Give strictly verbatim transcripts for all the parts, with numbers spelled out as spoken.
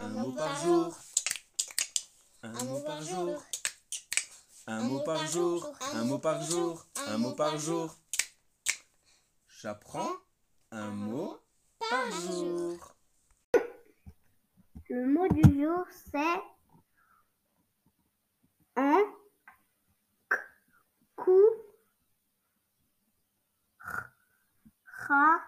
Un mot par jour. Un mot par jour. Un mot par jour. Un mot par jour. Un mot par jour. J'apprends un mot par jour. Le mot du jour, c'est en cou ra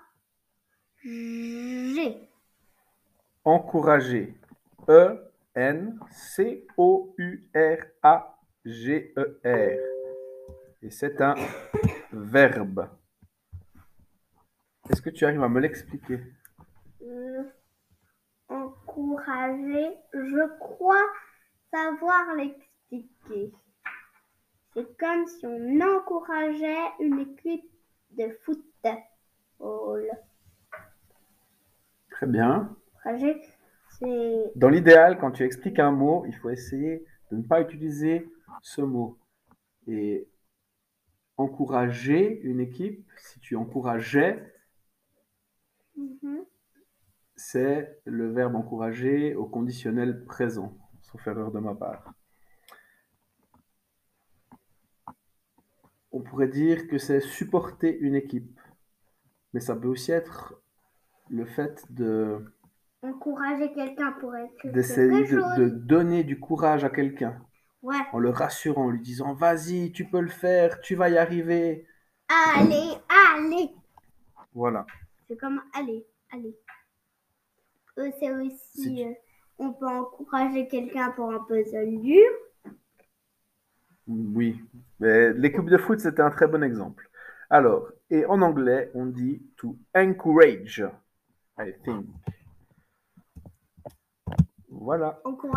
G. Encourager. E N C O U R A G E R. Et c'est un verbe. Est-ce que tu arrives à me l'expliquer? Euh, encourager, je crois savoir l'expliquer. C'est comme si on encourageait une équipe de football. Très bien. Encourager, c'est... Dans l'idéal, quand tu expliques un mot, il faut essayer de ne pas utiliser ce mot. Et encourager une équipe, si tu encourageais, Mhm. c'est le verbe encourager au conditionnel présent, sauf erreur de ma part. On pourrait dire que c'est supporter une équipe, mais ça peut aussi être le fait de Encourager quelqu'un pour être d'essayer quelque chose. de, de donner du courage à quelqu'un, Ouais. en le rassurant, en lui disant « Vas-y, tu peux le faire, tu vas y arriver. » Allez, allez. Voilà. C'est comme allez, allez. Euh, c'est aussi, Si tu- euh, on peut encourager quelqu'un pour un puzzle dur. Oui, mais l'équipe de foot, c'était un très bon exemple. Alors, et en anglais, on dit « to encourage », I think. Voilà. Encourager